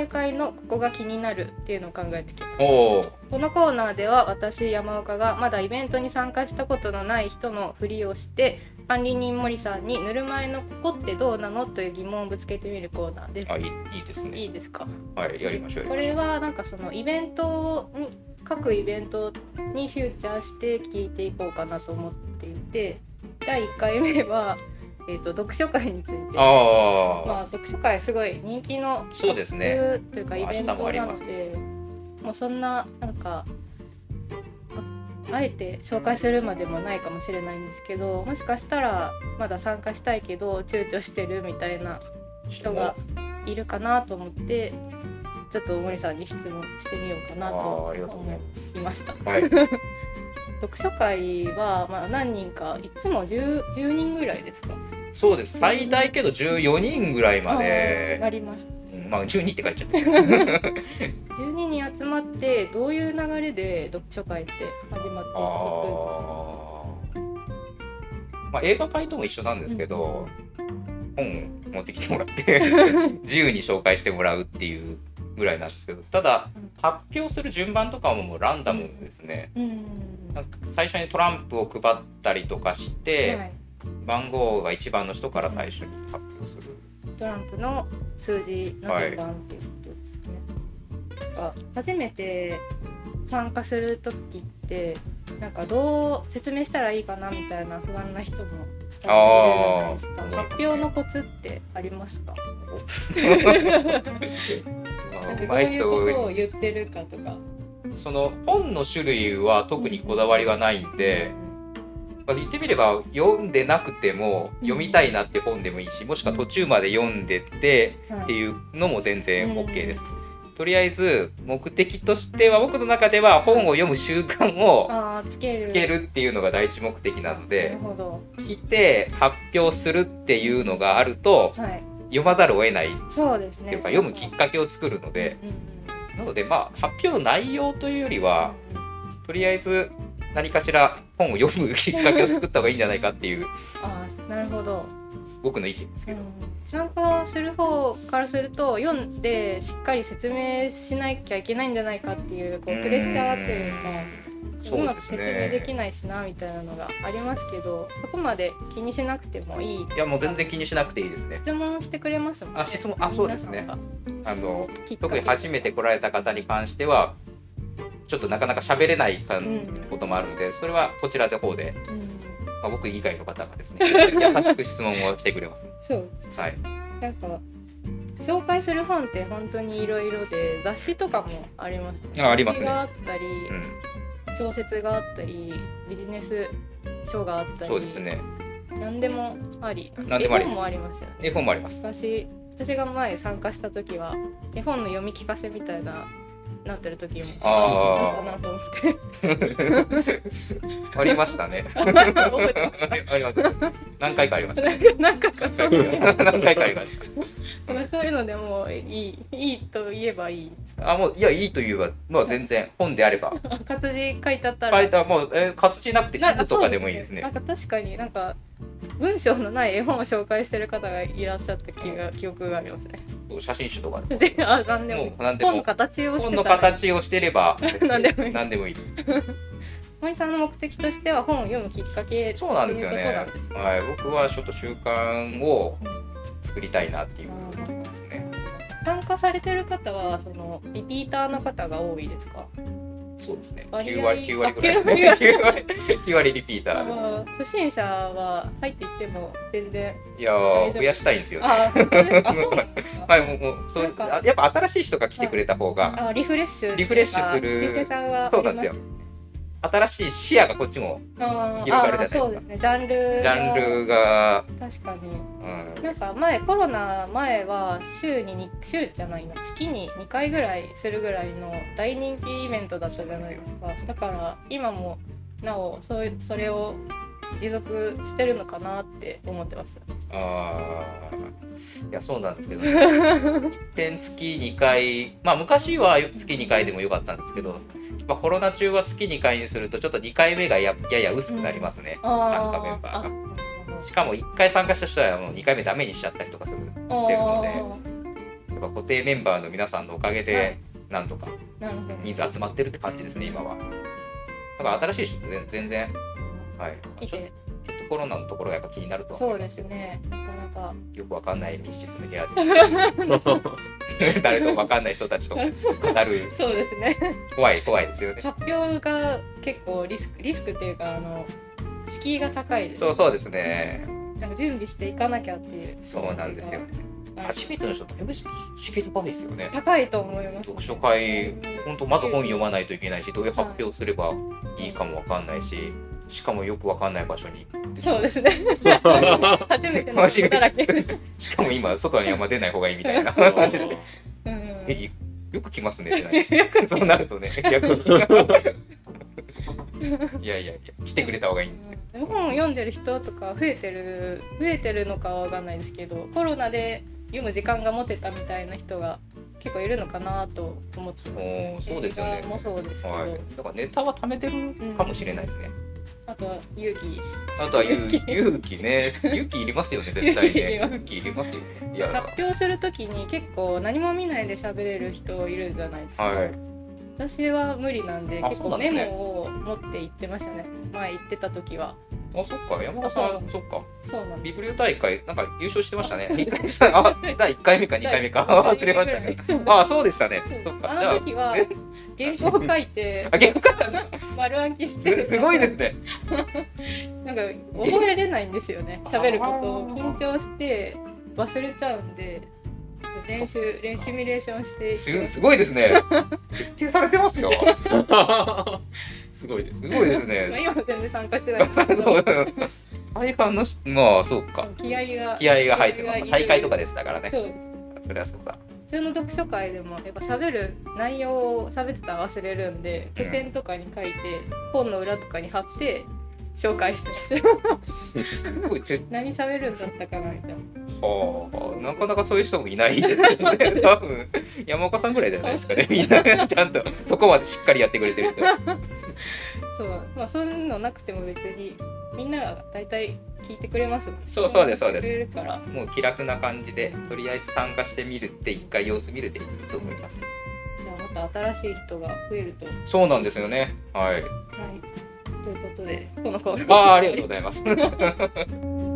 明会のここが気になるっていうのを考えてきました。 おー。 このコーナーでは私山岡がまだイベントに参加したことのない人のふりをして管理人森さんにぬるま湯のここってどうなのという疑問をぶつけてみるコーナーです。 いいですね。 いいですか。 はい、やりましょう。 これはなんかそのイベントに各イベントにフューチャーして聞いていこうかなと思っていて、第1回目は、読書会について。読書会すごい人気のそうですねというかイベントなので、もうそんななんかあえて紹介するまでもないかもしれないんですけど、もしかしたらまだ参加したいけど躊躇してるみたいな人がいるかなと思って、ちょっと森さんに質問してみようかなと思いました。読書会はまあ何人か、いつも 10人ぐらいですか。 そうです。最大けど14人ぐらいまでなります。 12って書いちゃった 12人集まってどういう流れで読書会って始まっていくんですか。 映画会とも一緒なんですけど、本持ってきてもらって自由に紹介してもらうっていうぐらいなんですけど、ただ発表する順番とかももうランダムですね。なんか最初にトランプを配ったりとかして、番号が1番の人から最初に発表する。 トランプの数字の順番っていうことですね。初めて参加するときってなんかどう説明したらいいかなみたいな不安な人もいるじゃないですか。発表のコツってありますか？なんかどういうことを言ってるかとか。 その本の種類は特にこだわりはないんで、言ってみれば読んでなくても読みたいなって本でもいいし、もしくは途中まで読んでてっていうのも全然 OK です。とりあえず目的としては僕の中では本を読む習慣をつけるっていうのが第一目的なので、来て発表するっていうのがあると読まざるを得ないっていうか、読むきっかけを作るので、なので発表の内容というよりはとりあえず何かしら本を読むきっかけを作った方がいいんじゃないかっていうなるほど、 僕の意見ですけど、 参加する方からすると読んでしっかり説明しなきゃいけないんじゃないかっていうプレッシャーっていうか、うまく説明できないしなみたいなのがありますけど、そこまで気にしなくてもいい。 いやもう全然気にしなくていいですね。 質問してくれますもんね。 質問そうですね。特に初めて来られた方に関してはちょっとなかなか喋れないこともあるので、それはこちらの方で、僕以外の方がですね優しく質問をしてくれます、ね。 そう。なんか紹介する本って本当にいろいろで、雑誌とかもありますね。 ありますね。 雑誌があったり、小説があったり、ビジネス書があったり、 そうですね。 何でもあり。 絵本もありますよね。 絵本もあります。 私が前参加した時は絵本の読み聞かせみたいななってる時もあったなと思ってありましたね。 覚えてました。 あります。何回かありました。 何回かありました。 そういうのでもいいと言えばいいですか？ もういいと言えば、全然本であれば。 活字書いてあったら。 もう活字なくて地図とかでもいいですね。 なんか確かになんか文章のない絵本を紹介してる方がいらっしゃった記憶がありますね。 写真集とかで何でも本の形をしてれば何でもいいです。 森さんの目的としては本を読むきっかけっていうことなんですね。 僕はちょっと習慣を作りたいなっていうことですね。 参加されてる方はそのリピーターの方が多いですか？ そうですね。9割ぐらい。9割リピーター。 初心者は入っていっても全然。 増やしたいんですよね。 本当ですか？そうなんですか？ やっぱ新しい人が来てくれた方がリフレッシュする。 新鮮さがそうなんですよ。新しい視野がこっちも広がるじゃないですか。 そうですね。ジャンルが確かに。なんかコロナ前は月に2回ぐらいするぐらいの大人気イベントだったじゃないですか。だから今もなおそれを持続してるのかなって思ってます。 いやそうなんですけど、ね、一遍月2回、昔は月2回でもよかったんですけど、コロナ中は月2回にするとちょっと2回目がやや薄くなりますね、参加メンバーが。しかも1回参加した人はもう2回目ダメにしちゃったりとかしてるので、やっぱ固定メンバーの皆さんのおかげでなんとかなるほど。 人数集まってるって感じですね今は。だから新しい人全然、はい、 来て、 ちょっとコロナのところがやっぱ気になるとはそうで思いますけど、 すね。なかなか。 よくわかんない密室の部屋で誰ともわかんない人たちと語るそうですね。 怖いですよね。 発表が結構リスクっていうか敷居が高いです、ね。 そうですね。 なんか準備していかなきゃっていう。 そうなんですよ。初めての人だいぶ敷居高いですよね。 高いと思います、 読書会、本当まず本読まないといけないし、どういう発表すればいいかもわかんないし、しかもよくわかんない場所に。 そうですね。初めての人だらけ。 しかも今外にあんま出ない方がいいみたいな感じで。よく来ますねってそうなるとね、逆に。いや来てくれた方がいいんですよ。 本を読んでる人とか増えてるのかはわかんないですけど、コロナで読む時間が持てたみたいな人が結構いるのかなと思ってますね。 そうですよね。 映画もそうですけど、 はい、だからネタは貯めてるかもしれないですね。 あとは勇気ね。勇気いりますよね、絶対ね。勇気いりますよね。 発表するときに結構何も見ないで喋れる人いるじゃないですか。 はい、 私は無理なんで、結構メモを持って行ってましたね。前行ってた時は。 あ、そっか、山田さん、そっか。 そうなんです。 ビブリオ大会、なんか優勝してましたね。第1回目か2回目か忘れましたね。あ、そうでしたね。そっか。 あの時は原稿を書いて、 原稿書いたんですか？ 丸暗記して。すごいですね。 なんか覚えれないんですよね。喋ることを緊張して忘れちゃうんで。シミュレーションしてすごいですね。徹底されてますよ。 すごいですね。 今全然参加してないですけど。大半のまあそうか。 気合が入ってます。大会とかでしたからね。 そうです。 それはそうだ。 普通の読書会でもやっぱ喋る内容を喋ってたら忘れるんで、付箋とかに書いて、本の裏とかに貼って紹介してます。何喋るんだったかなみたいな。 はあ、なかなかそういう人もいないですよね。多分山岡さんぐらいじゃないですかね。みんなちゃんとそこまでしっかりやってくれてる人。 そう、まあそういうのなくても別にみんなが大体聞いてくれますもん。 そうです。もう気楽な感じでとりあえず参加してみるって一回様子見るでいいと思います。 じゃあまた新しい人が増えると。 そうなんですよね。はい。 ということでこのコーナー。 ありがとうございます。